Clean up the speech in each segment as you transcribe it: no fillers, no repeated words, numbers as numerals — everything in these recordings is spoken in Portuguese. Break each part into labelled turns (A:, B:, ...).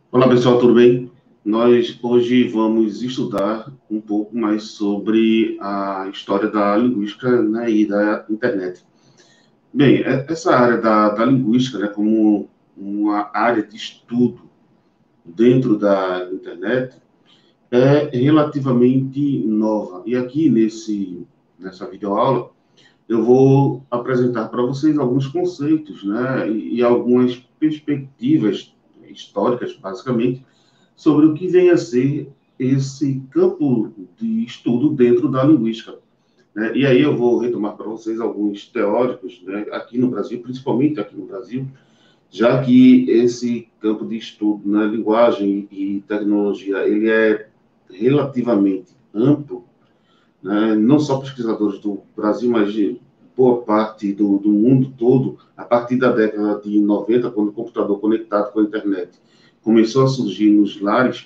A: Olá pessoal, tudo bem? Nós hoje vamos estudar um pouco mais sobre a história da linguística, né, e da internet. Bem, essa área da linguística, né, como uma área de estudo dentro da internet, é relativamente nova. E aqui nessa videoaula eu vou apresentar para vocês alguns conceitos, né, e algumas perspectivas históricas, basicamente, sobre o que vem a ser esse campo de estudo dentro da linguística, né? E aí eu vou retomar para vocês alguns teóricos, né, aqui no Brasil, principalmente aqui no Brasil, já que esse campo de estudo na linguagem e tecnologia ele é relativamente amplo, né? Não só pesquisadores do Brasil, mas de boa parte do mundo todo, a partir da década de 90, quando o computador conectado com a internet começou a surgir nos lares,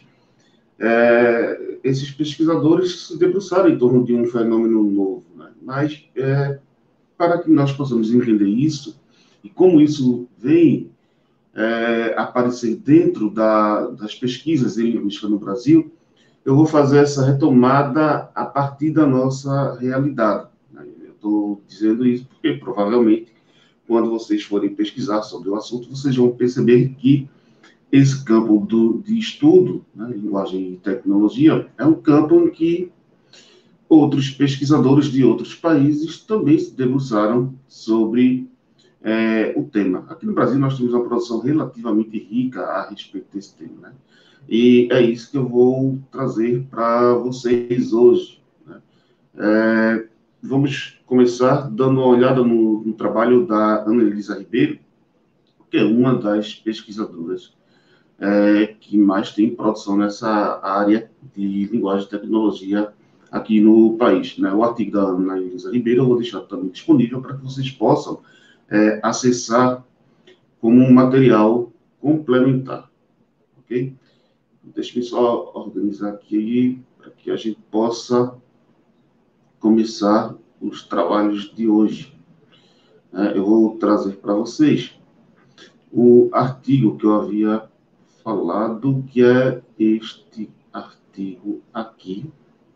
A: esses pesquisadores se debruçaram em torno de um fenômeno novo, né? Mas, para que nós possamos entender isso, e como isso vem aparecer dentro das pesquisas em linguística no Brasil, eu vou fazer essa retomada a partir da nossa realidade, né? Eu estou dizendo isso porque, provavelmente, quando vocês forem pesquisar sobre o assunto, vocês vão perceber que esse campo de estudo, né, linguagem e tecnologia, é um campo em que outros pesquisadores de outros países também se debruçaram sobre o tema. Aqui no Brasil nós temos uma produção relativamente rica a respeito desse tema, né? E é isso que eu vou trazer para vocês hoje, né? Vamos começar dando uma olhada no trabalho da Ana Elisa Ribeiro, que é uma das pesquisadoras que mais tem produção nessa área de linguagem e tecnologia aqui no país, né? O artigo da Ana Elisa Ribeiro eu vou deixar também disponível para que vocês possam acessar como um material complementar, ok? Deixa eu só organizar aqui para que a gente possa começar os trabalhos de hoje. Eu vou trazer para vocês o artigo que eu havia falado, que é este artigo aqui.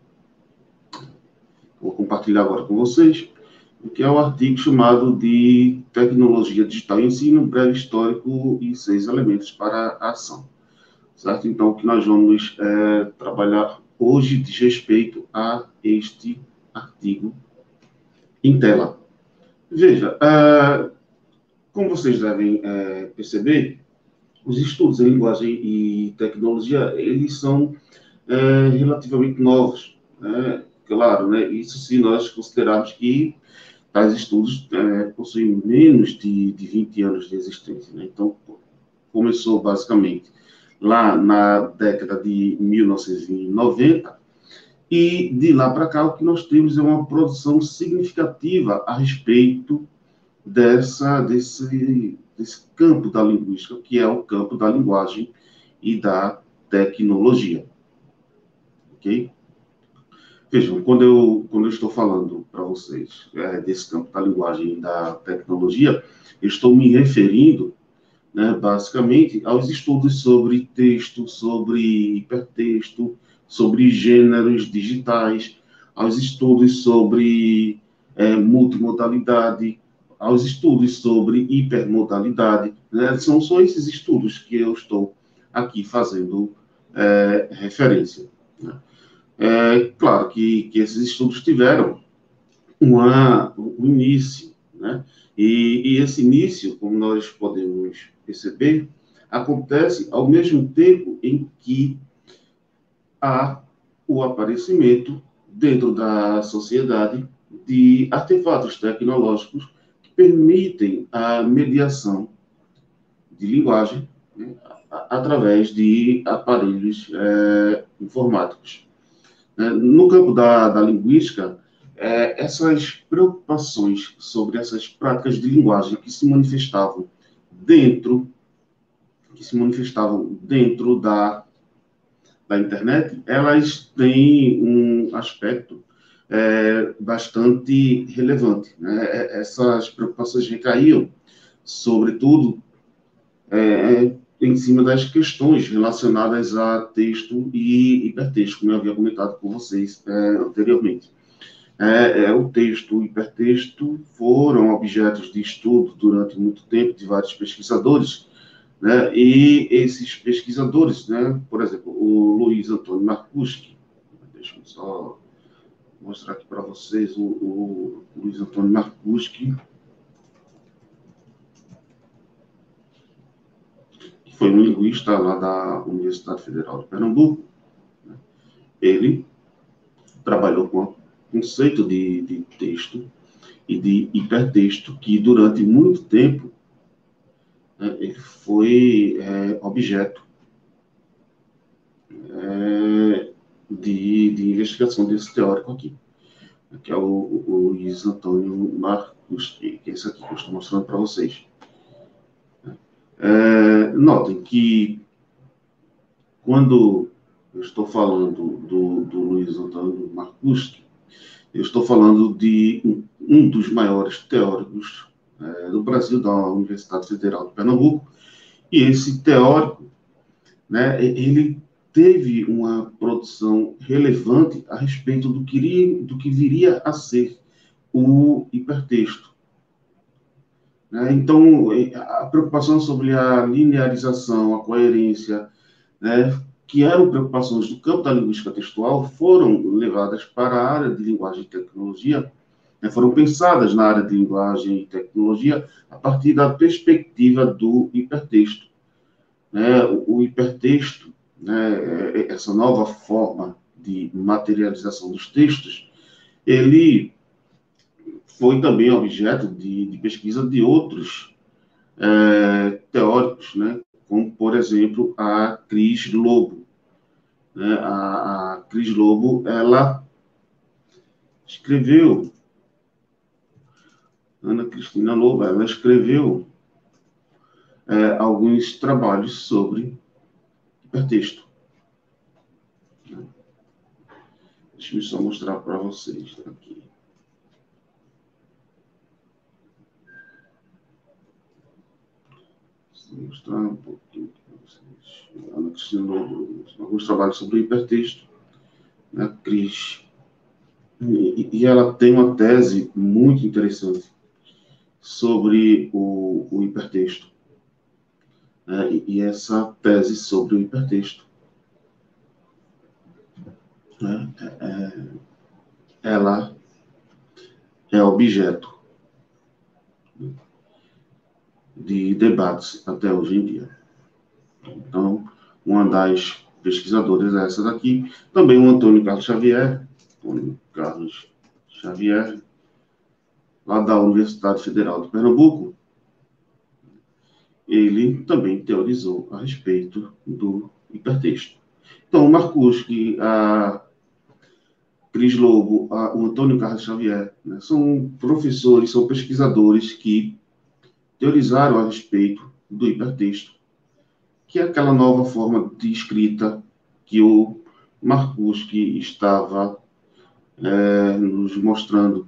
A: Vou compartilhar agora com vocês, que é o artigo chamado de Tecnologia Digital e Ensino, Breve Histórico e 6 Elementos para a Ação. Certo? Então, o que nós vamos trabalhar hoje diz respeito a este artigo em tela. Veja, como vocês devem perceber, os estudos em linguagem e tecnologia, eles são relativamente novos, né? Claro, né? Isso se nós considerarmos que tais estudos possuem menos de 20 anos de existência, né? Então, começou basicamente lá na década de 1990, e de lá para cá o que nós temos é uma produção significativa a respeito desse campo da linguística, que é o campo da linguagem e da tecnologia. Ok? Vejam, quando eu estou falando para vocês desse campo da linguagem e da tecnologia, eu estou me referindo, né, basicamente, aos estudos sobre texto, sobre hipertexto, sobre gêneros digitais, aos estudos sobre multimodalidade, aos estudos sobre hipermodalidade, né? São só esses estudos que eu estou aqui fazendo referência, né? Claro que esses estudos tiveram um início, né? E esse início, como nós podemos perceber, acontece ao mesmo tempo em que há o aparecimento dentro da sociedade de artefatos tecnológicos que permitem a mediação de linguagem, né, através de aparelhos informáticos. No campo da linguística, essas preocupações sobre essas práticas de linguagem dentro, que se manifestavam dentro da internet, elas têm um aspecto bastante relevante, né? Essas preocupações recaíam, sobretudo, em cima das questões relacionadas a texto e hipertexto, como eu havia comentado com vocês anteriormente. O texto e o hipertexto foram objetos de estudo durante muito tempo de vários pesquisadores, né? E esses pesquisadores, né? Por exemplo, o Luiz Antônio Marcuschi, deixa eu só mostrar aqui para vocês o Luiz Antônio Marcuschi, que foi um linguista lá da Universidade Federal de Pernambuco. Ele trabalhou com o conceito de texto e de hipertexto, que durante muito tempo, né, ele foi objeto de investigação desse teórico aqui, que é o Luiz Antônio Marcos, que é esse aqui que eu estou mostrando para vocês. Notem que quando eu estou falando do Luiz Antônio Marcus, eu estou falando de um dos maiores teóricos do Brasil, da Universidade Federal de Pernambuco, e esse teórico, né, ele teve uma produção relevante a respeito do que viria a ser o hipertexto. Né? Então, a preocupação sobre a linearização, a coerência, né, que eram preocupações do campo da linguística textual, foram levadas para a área de linguagem e tecnologia, né, foram pensadas na área de linguagem e tecnologia a partir da perspectiva do hipertexto. Né? O hipertexto, né, essa nova forma de materialização dos textos, ele foi também objeto de pesquisa de outros teóricos, né, como, por exemplo, a Cris Lobo. Né? A Cris Lobo, ela escreveu, Ana Cristina Lobo, ela escreveu alguns trabalhos sobre hipertexto. Deixa eu só mostrar para vocês aqui. Vou mostrar um pouquinho para vocês. Ana Cristina Lobo, alguns trabalhos sobre hipertexto, né? Cris. E ela tem uma tese muito interessante sobre o hipertexto. E essa tese sobre o hipertexto, né, ela é objeto de debates até hoje em dia. Então, uma das pesquisadoras é essa daqui. Também o Antônio Carlos Xavier, lá da Universidade Federal de Pernambuco, ele também teorizou a respeito do hipertexto. Então, o Marcuschi, a Cris Lobo, o Antônio Carlos Xavier, né, são professores, são pesquisadores que teorizaram a respeito do hipertexto, que é aquela nova forma de escrita que o Marcuschi estava nos mostrando.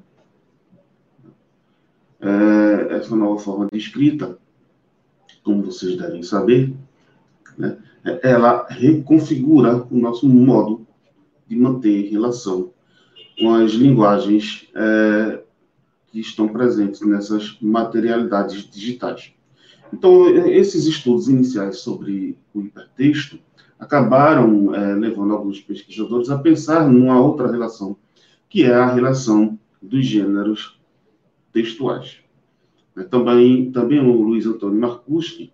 A: Essa nova forma de escrita, como vocês devem saber, né, ela reconfigura o nosso modo de manter relação com as linguagens que estão presentes nessas materialidades digitais. Então, esses estudos iniciais sobre o hipertexto acabaram levando alguns pesquisadores a pensar numa outra relação, que é a relação dos gêneros textuais. Também o Luiz Antônio Marcuschi,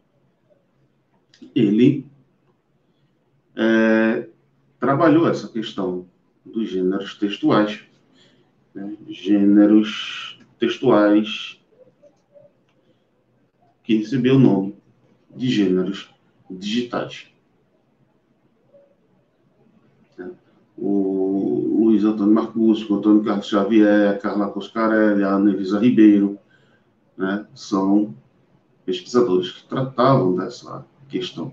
A: ele trabalhou essa questão dos gêneros textuais, né? Gêneros textuais que recebeu o nome de gêneros digitais. O Luiz Antônio Marcuschi, o Antônio Carlos Xavier, a Carla Coscarelli, a Ana Elisa Ribeiro, né, são pesquisadores que tratavam dessa questão.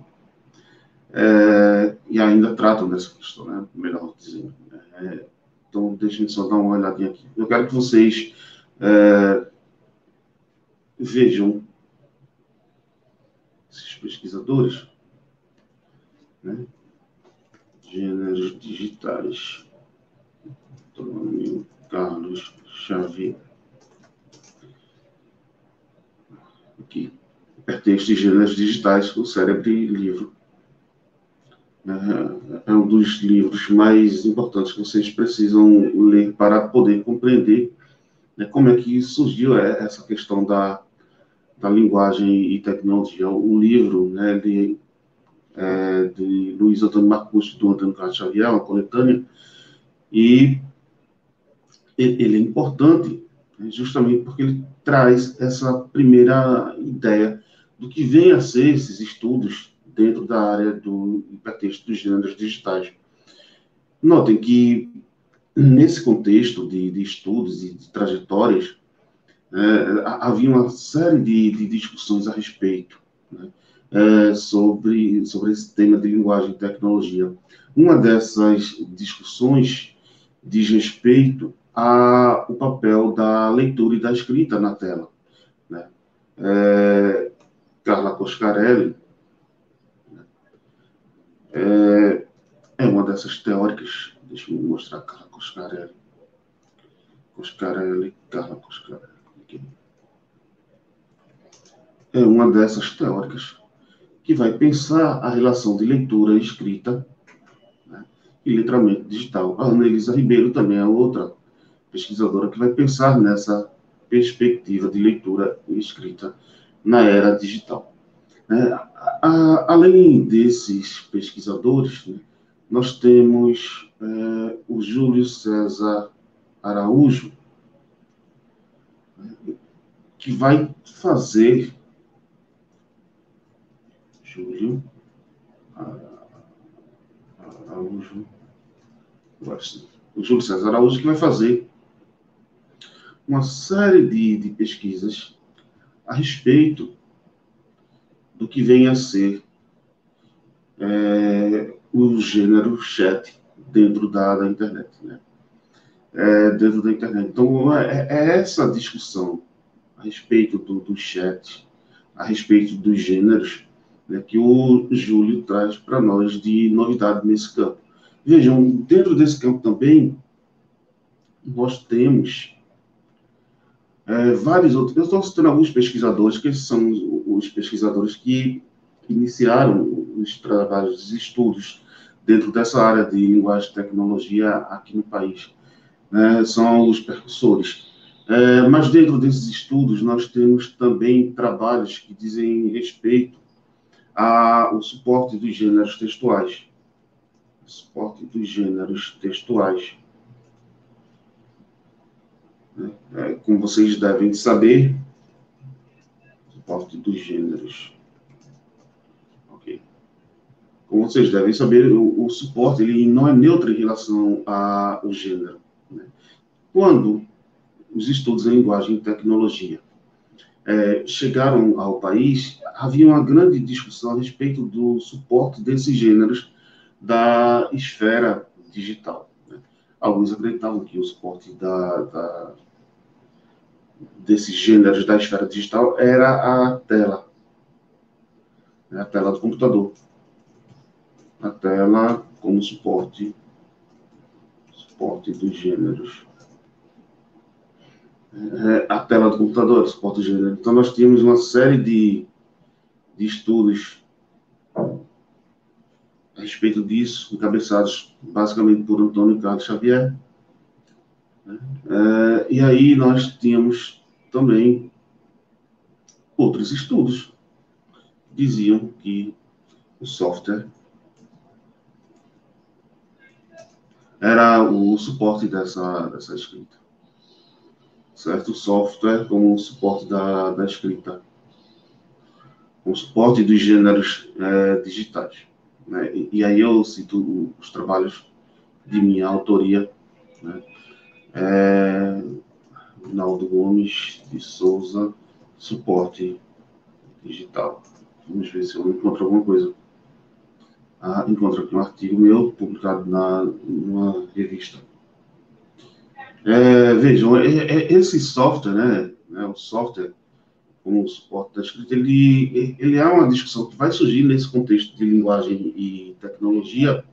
A: E ainda tratam dessa questão, né, melhor dizendo. Então, deixem-me só dar uma olhadinha aqui. Eu quero que vocês vejam esses pesquisadores, né? Gêneros digitais. Antônio Carlos Xavier. Aqui. Hipertexto e gêneros digitais, o célebre livro. É um dos livros mais importantes que vocês precisam ler para poder compreender, né, como é que surgiu essa questão da linguagem e tecnologia. O livro, né, de Luiz Antônio Marcucci, do Antônio Carlos Xavier, uma coletânea, e ele é importante, né, justamente porque ele traz essa primeira ideia do que vem a ser esses estudos dentro da área do hipertexto dos gêneros digitais. Notem que, nesse contexto de estudos e de trajetórias, havia uma série de discussões a respeito, né, sobre esse tema de linguagem e tecnologia. Uma dessas discussões diz respeito ao papel da leitura e da escrita na tela, né? Carla Coscarelli é uma dessas teóricas. Deixa eu mostrar Carla Coscarelli. Carla Coscarelli. Aqui. É uma dessas teóricas que vai pensar a relação de leitura e escrita, né, e letramento digital. A Ana Elisa Ribeiro também é outra pesquisadora que vai pensar nessa perspectiva de leitura e escrita na era digital. Além desses pesquisadores, né, nós temos o Júlio César Araújo, né, que vai fazer Júlio Araújo, o Júlio César Araújo, que vai fazer uma série de pesquisas a respeito do que vem a ser o gênero chat dentro da internet, né? Dentro da internet. Então, é essa discussão a respeito do chat, a respeito dos gêneros, né, que o Júlio traz para nós de novidade nesse campo. Vejam, dentro desse campo também, nós temos vários outros. Eu estou citando alguns pesquisadores, que são os pesquisadores que iniciaram os trabalhos, os estudos dentro dessa área de linguagem e tecnologia aqui no país, né? São os percussores. Mas dentro desses estudos, nós temos também trabalhos que dizem respeito ao suporte dos gêneros textuais. Suporte dos gêneros textuais. Como vocês devem saber, suporte dos gêneros. Ok. Como vocês devem saber, o suporte ele não é neutro em relação ao gênero, né? Quando os estudos em linguagem e tecnologia chegaram ao país, havia uma grande discussão a respeito do suporte desses gêneros da esfera digital, né? Alguns acreditavam que o suporte desses gêneros da esfera digital era a tela, né? A tela do computador. A tela como suporte dos gêneros. A tela do computador, suporte do gênero. Então, nós tínhamos uma série de estudos a respeito disso, encabeçados basicamente por Antônio Carlos Xavier. E aí nós tínhamos também outros estudos que diziam que o software era o suporte dessa escrita. Certo? O software como suporte da escrita, com suporte dos gêneros digitais, né? E aí eu cito os trabalhos de minha autoria, né? Rinaldo Gomes de Souza, suporte digital. Vamos ver se eu encontro alguma coisa. Encontro aqui um artigo meu, publicado numa revista. Vejam, esse software, né, o software como o suporte da escrita, ele é uma discussão que vai surgir nesse contexto de linguagem e tecnologia,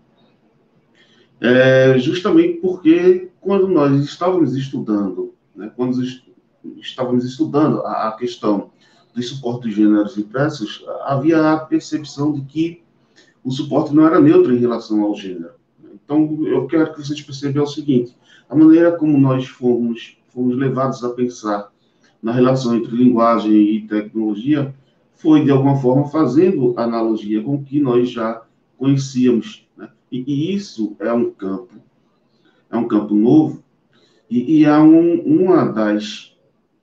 A: justamente porque quando nós estávamos estudando, né, quando estávamos estudando a questão do suporte de gêneros impressos, havia a percepção de que o suporte não era neutro em relação ao gênero. Então, eu quero que vocês percebam o seguinte: a maneira como nós fomos levados a pensar na relação entre linguagem e tecnologia foi, de alguma forma, fazendo analogia com o que nós já conhecíamos. Né? E isso é um campo novo, e é uma das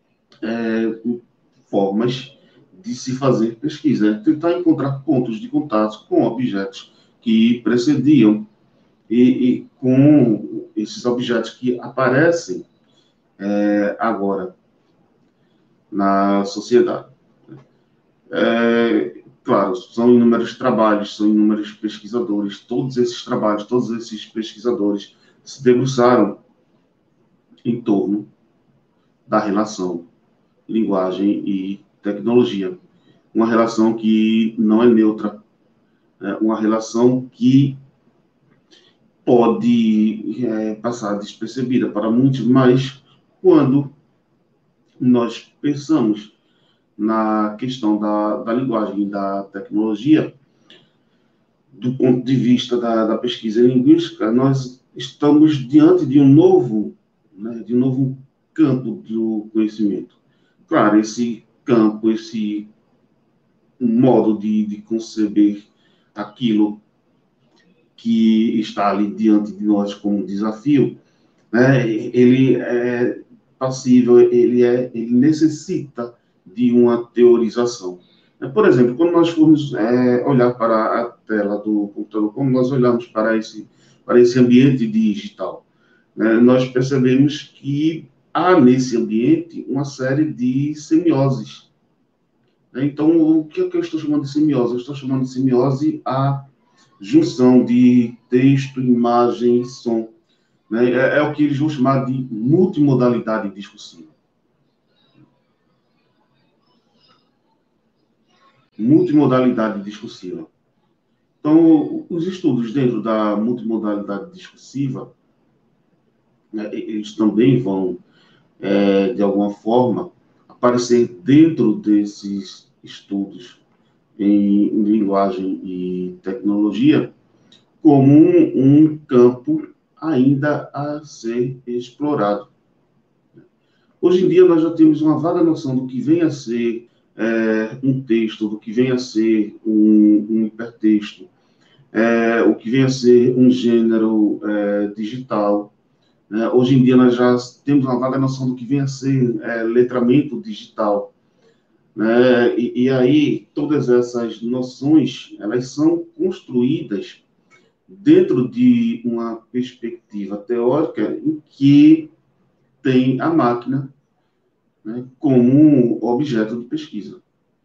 A: formas de se fazer pesquisa, é tentar encontrar pontos de contato com objetos que precediam e com esses objetos que aparecem agora na sociedade. Claro, são inúmeros trabalhos, são inúmeros pesquisadores, todos esses trabalhos, todos esses pesquisadores se debruçaram em torno da relação linguagem e tecnologia. Uma relação que não é neutra, uma relação que pode passar despercebida para muitos, mas quando nós pensamos na questão da linguagem e da tecnologia, do ponto de vista da pesquisa linguística, nós estamos diante de um novo, né, de um novo campo do conhecimento. Claro, esse campo, esse modo de conceber aquilo que está ali diante de nós como desafio, né, ele é passível, ele necessita de uma teorização. Por exemplo, quando nós formos olhar para a tela do computador, como nós olhamos para esse ambiente digital, né, nós percebemos que há nesse ambiente uma série de semioses. Então, o que é que eu estou chamando de semiose? Eu estou chamando de semiose a junção de texto, imagem e som. Né? É o que eles vão chamar de multimodalidade discursiva. Multimodalidade discursiva. Então, os estudos dentro da multimodalidade discursiva, né, eles também vão, de alguma forma, aparecer dentro desses estudos em linguagem e tecnologia como um campo ainda a ser explorado. Hoje em dia, nós já temos uma vaga noção do que vem a ser um texto, do que vem a ser um hipertexto, o que vem a ser um gênero digital. Né? Hoje em dia, nós já temos uma vaga noção do que vem a ser letramento digital. Né? E aí, todas essas noções, elas são construídas dentro de uma perspectiva teórica em que tem a máquina, né, como um objeto de pesquisa.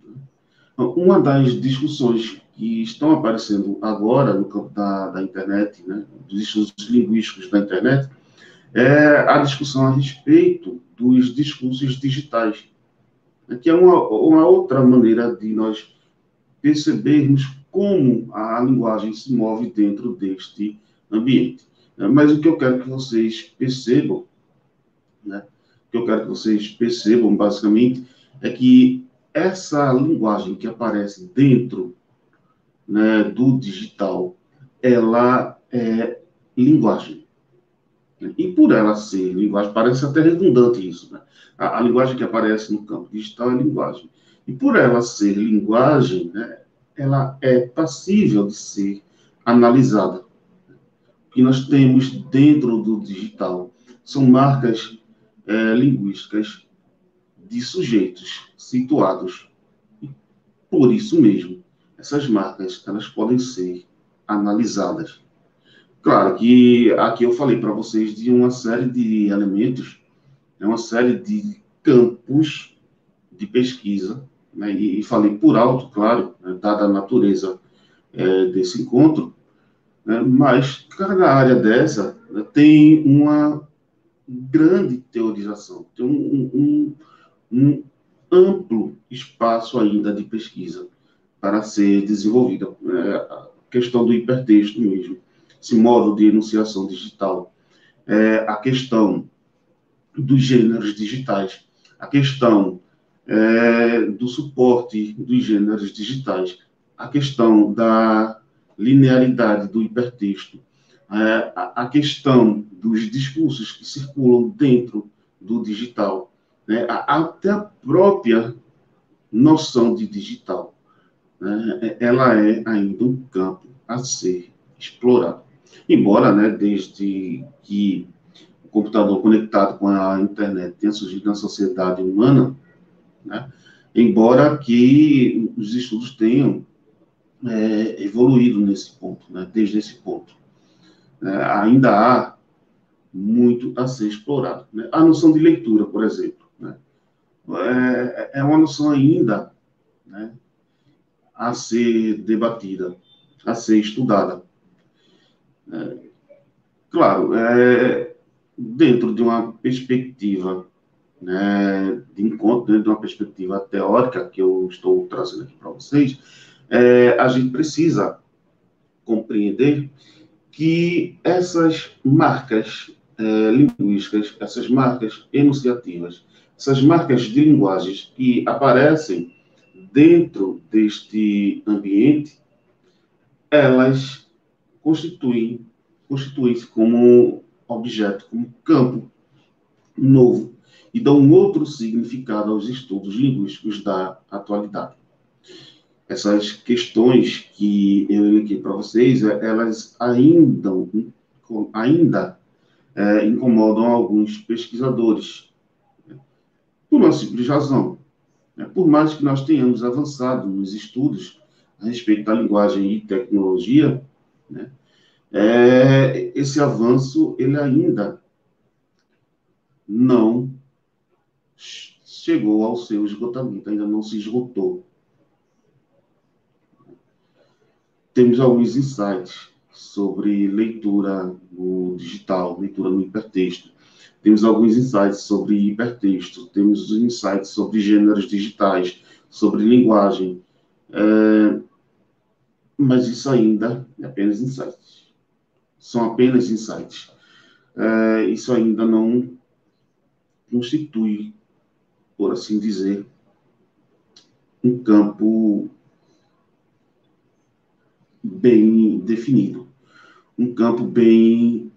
A: Uma das discussões que estão aparecendo agora no campo da internet, né, dos estudos linguísticos da internet, é a discussão a respeito dos discursos digitais, né, que é uma outra maneira de nós percebermos como a linguagem se move dentro deste ambiente. Mas o que eu quero que vocês percebam, né, o que eu quero que vocês percebam, basicamente, é que essa linguagem que aparece dentro, né, do digital, ela é linguagem. E por ela ser linguagem, parece até redundante isso, né? A linguagem que aparece no campo digital é linguagem. E por ela ser linguagem, né, ela é passível de ser analisada. O que nós temos dentro do digital são marcas linguísticas de sujeitos situados. E por isso mesmo, essas marcas elas podem ser analisadas. Claro que aqui eu falei para vocês de uma série de elementos, uma série de campos de pesquisa, né, e falei por alto, claro, né, dada a natureza desse encontro, né, mas cada área dessa, né, tem uma grande teorização, tem um amplo espaço ainda de pesquisa para ser desenvolvida. A questão do hipertexto mesmo, esse modo de enunciação digital, a questão dos gêneros digitais, a questão do suporte dos gêneros digitais, a questão da linearidade do hipertexto, a questão dos discursos que circulam dentro do digital, né? Até a própria noção de digital, né? Ela é ainda um campo a ser explorado. Embora, né, desde que o computador conectado com a internet tenha surgido na sociedade humana, né, embora que os estudos tenham evoluído nesse ponto, né, desde esse ponto, ainda há muito a ser explorado, né? A noção de leitura, por exemplo, né, é uma noção ainda, né, a ser debatida, a ser estudada. Claro, dentro de uma perspectiva, né, de encontro, dentro de uma perspectiva teórica que eu estou trazendo aqui para vocês, a gente precisa compreender que essas marcas linguísticas, essas marcas enunciativas, essas marcas de linguagens que aparecem dentro deste ambiente, elas constituem-se como objeto, como campo novo e dão um outro significado aos estudos linguísticos da atualidade. Essas questões que eu elenquei para vocês, elas ainda incomodam alguns pesquisadores, né, por uma simples razão. Né? Por mais que nós tenhamos avançado nos estudos a respeito da linguagem e tecnologia, né, esse avanço ele ainda não chegou ao seu esgotamento, ainda não se esgotou. Temos alguns insights sobre leitura no digital, leitura no hipertexto. Temos alguns insights sobre hipertexto, temos insights sobre gêneros digitais, sobre linguagem, mas isso ainda é apenas insights. São apenas insights. Isso ainda não constitui, por assim dizer, um campo bem definido, um campo bem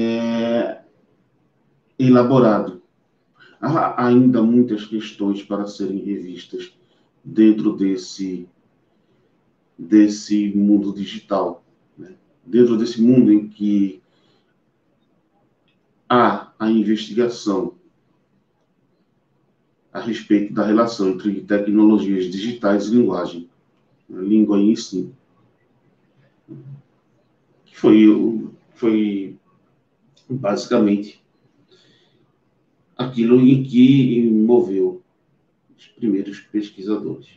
A: elaborado. Há ainda muitas questões para serem revistas dentro desse mundo digital, né? Dentro desse mundo em que há a investigação a respeito da relação entre tecnologias digitais e linguagem, a língua em si, que foi basicamente aquilo em que moveu os primeiros pesquisadores.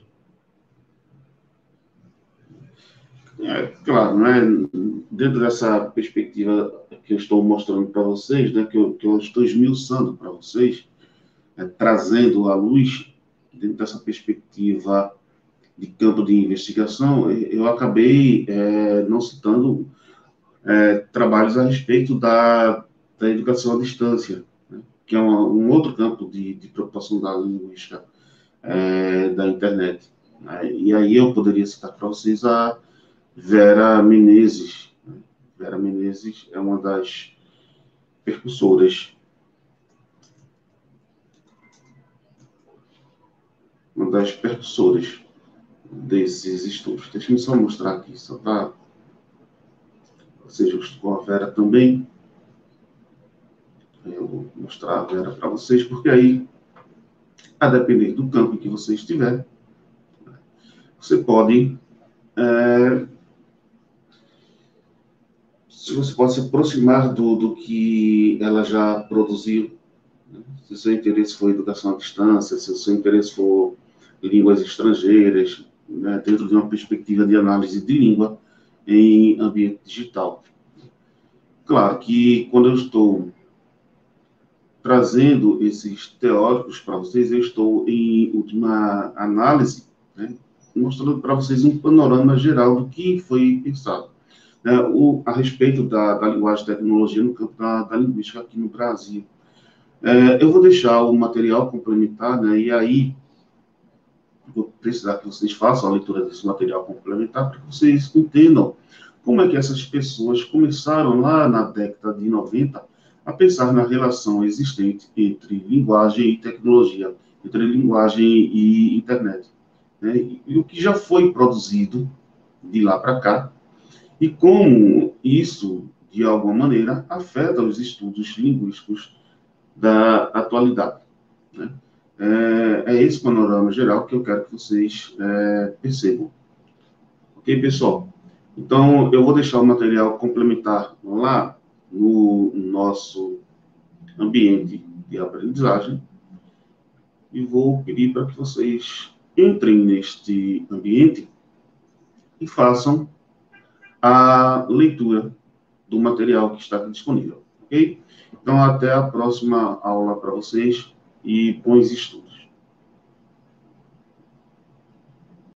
A: Claro, né? Dentro dessa perspectiva que eu estou mostrando para vocês, né, que eu estou esmiuçando para vocês, trazendo à luz, dentro dessa perspectiva de campo de investigação, eu acabei não citando trabalhos a respeito da educação à distância, né, que é um outro campo de preocupação da linguística da internet. Né? E aí eu poderia citar para vocês a Vera Menezes. Né? Vera Menezes é uma das percussoras, desses estudos. Deixa eu só mostrar aqui, só para ser justo com a Vera também. Eu vou mostrar a Vera para vocês, porque aí, a depender do campo em que você estiver, você pode se aproximar do que ela já produziu. Né? Se o seu interesse for educação à distância, se o seu interesse for línguas estrangeiras, né, dentro de uma perspectiva de análise de língua em ambiente digital. Claro que quando eu estou trazendo esses teóricos para vocês, eu estou em última análise, né, mostrando para vocês um panorama geral do que foi pensado, né, a respeito da linguagem e tecnologia no campo da linguística aqui no Brasil. Eu vou deixar o material complementar, né, e aí vou precisar que vocês façam a leitura desse material complementar para que vocês entendam como é que essas pessoas começaram lá na década de 90 a pensar na relação existente entre linguagem e tecnologia, entre linguagem e internet, né? E o que já foi produzido de lá para cá, e como isso, de alguma maneira, afeta os estudos linguísticos da atualidade, né? É esse panorama geral que eu quero que vocês percebam. Ok, pessoal? Então, eu vou deixar o material complementar lá no nosso ambiente de aprendizagem e vou pedir para que vocês entrem neste ambiente e façam a leitura do material que está aqui disponível, ok? Então, até a próxima aula para vocês e bons estudos.